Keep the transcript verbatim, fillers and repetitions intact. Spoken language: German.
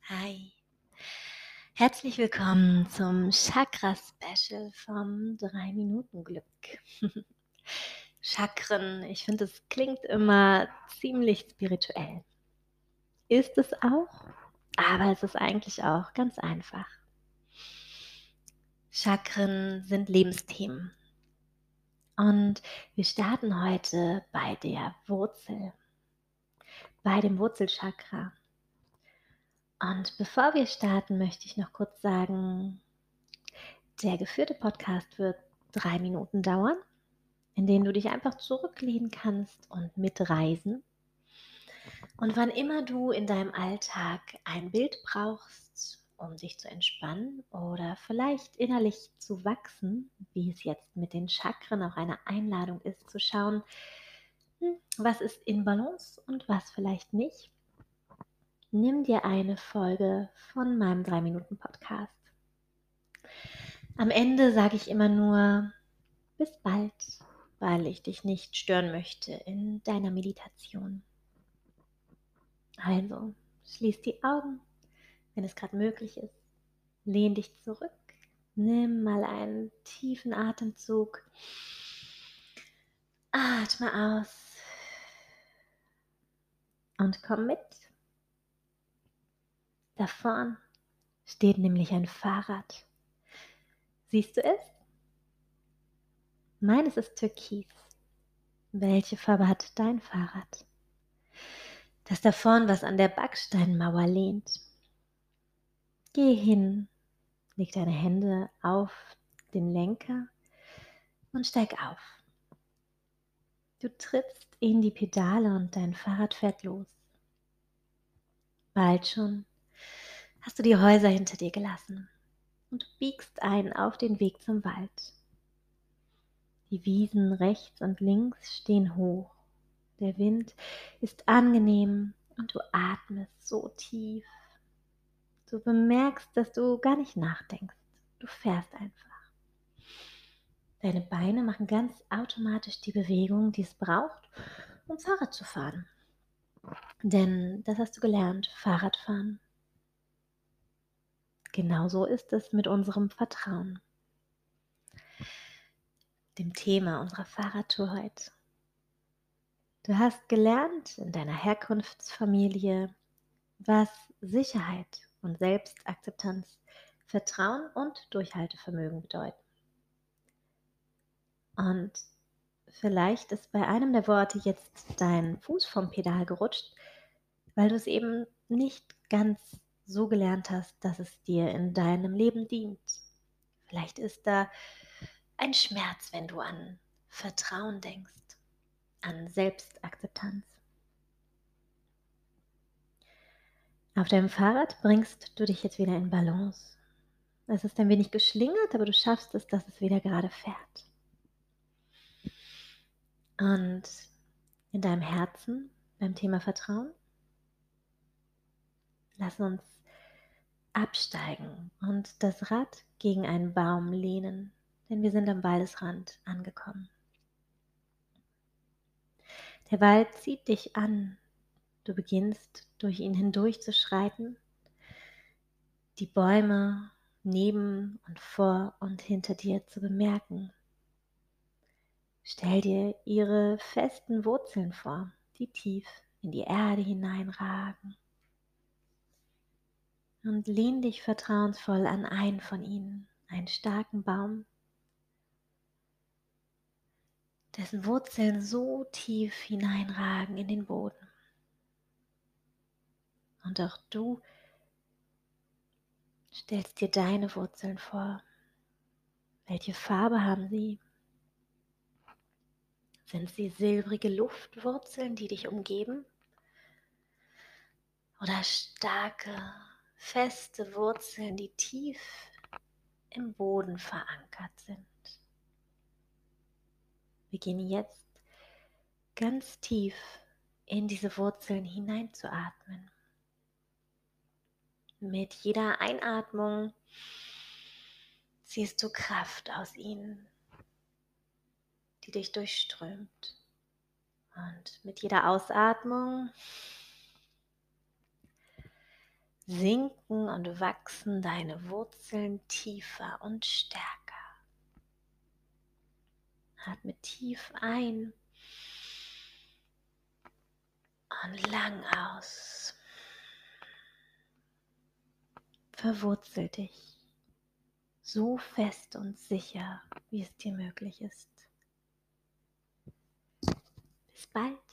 Hi, herzlich willkommen zum Chakra-Special vom drei Minuten Glück. Chakren, ich finde, es klingt immer ziemlich spirituell. Ist es auch, aber es ist eigentlich auch ganz einfach. Chakren sind Lebensthemen und wir starten heute bei der Wurzel, bei dem Wurzelchakra. Und bevor wir starten, möchte ich noch kurz sagen, der geführte Podcast wird drei Minuten dauern, in denen du dich einfach zurücklehnen kannst und mitreisen. Und wann immer du in deinem Alltag ein Bild brauchst, um dich zu entspannen oder vielleicht innerlich zu wachsen, wie es jetzt mit den Chakren auch eine Einladung ist, zu schauen, hm, was ist in Balance und was vielleicht nicht, nimm dir eine Folge von meinem drei Minuten Podcast. Am Ende sage ich immer nur, bis bald, weil ich dich nicht stören möchte in deiner Meditation. Also, schließ die Augen, wenn es gerade möglich ist. Lehn dich zurück. Nimm mal einen tiefen Atemzug. Atme aus und komm mit. Da vorn steht nämlich ein Fahrrad. Siehst du es? Meines ist türkis. Welche Farbe hat dein Fahrrad? Das da vorn, was an der Backsteinmauer lehnt. Geh hin, leg deine Hände auf den Lenker und steig auf. Du trittst in die Pedale und dein Fahrrad fährt los. Bald schon hast du die Häuser hinter dir gelassen und du biegst ein auf den Weg zum Wald. Die Wiesen rechts und links stehen hoch. Der Wind ist angenehm und du atmest so tief. Du bemerkst, dass du gar nicht nachdenkst. Du fährst einfach. Deine Beine machen ganz automatisch die Bewegung, die es braucht, um Fahrrad zu fahren. Denn das hast du gelernt, Fahrradfahren. Genauso ist es mit unserem Vertrauen, dem Thema unserer Fahrradtour heute. Du hast gelernt in deiner Herkunftsfamilie, was Sicherheit und Selbstakzeptanz, Vertrauen und Durchhaltevermögen bedeuten. Und vielleicht ist bei einem der Worte jetzt dein Fuß vom Pedal gerutscht, weil du es eben nicht ganz so gelernt hast, dass es dir in deinem Leben dient. Vielleicht ist da ein Schmerz, wenn du an Vertrauen denkst, an Selbstakzeptanz. Auf deinem Fahrrad bringst du dich jetzt wieder in Balance. Es ist ein wenig geschlingert, aber du schaffst es, dass es wieder gerade fährt. Und in deinem Herzen, beim Thema Vertrauen, lass uns absteigen und das Rad gegen einen Baum lehnen, denn wir sind am Waldesrand angekommen. Der Wald zieht dich an. Du beginnst, durch ihn hindurch zu schreiten, die Bäume neben und vor und hinter dir zu bemerken. Stell dir ihre festen Wurzeln vor, die tief in die Erde hineinragen. Und lehn dich vertrauensvoll an einen von ihnen, einen starken Baum, dessen Wurzeln so tief hineinragen in den Boden. Und auch du stellst dir deine Wurzeln vor. Welche Farbe haben sie? Sind sie silbrige Luftwurzeln, die dich umgeben? Oder starke, feste Wurzeln, die tief im Boden verankert sind? Wir gehen jetzt ganz tief in diese Wurzeln hineinzuatmen. Mit jeder Einatmung ziehst du Kraft aus ihnen, die dich durchströmt. Und mit jeder Ausatmung sinken und wachsen deine Wurzeln tiefer und stärker. Atme tief ein und lang aus. Verwurzel dich so fest und sicher, wie es dir möglich ist. Bis bald.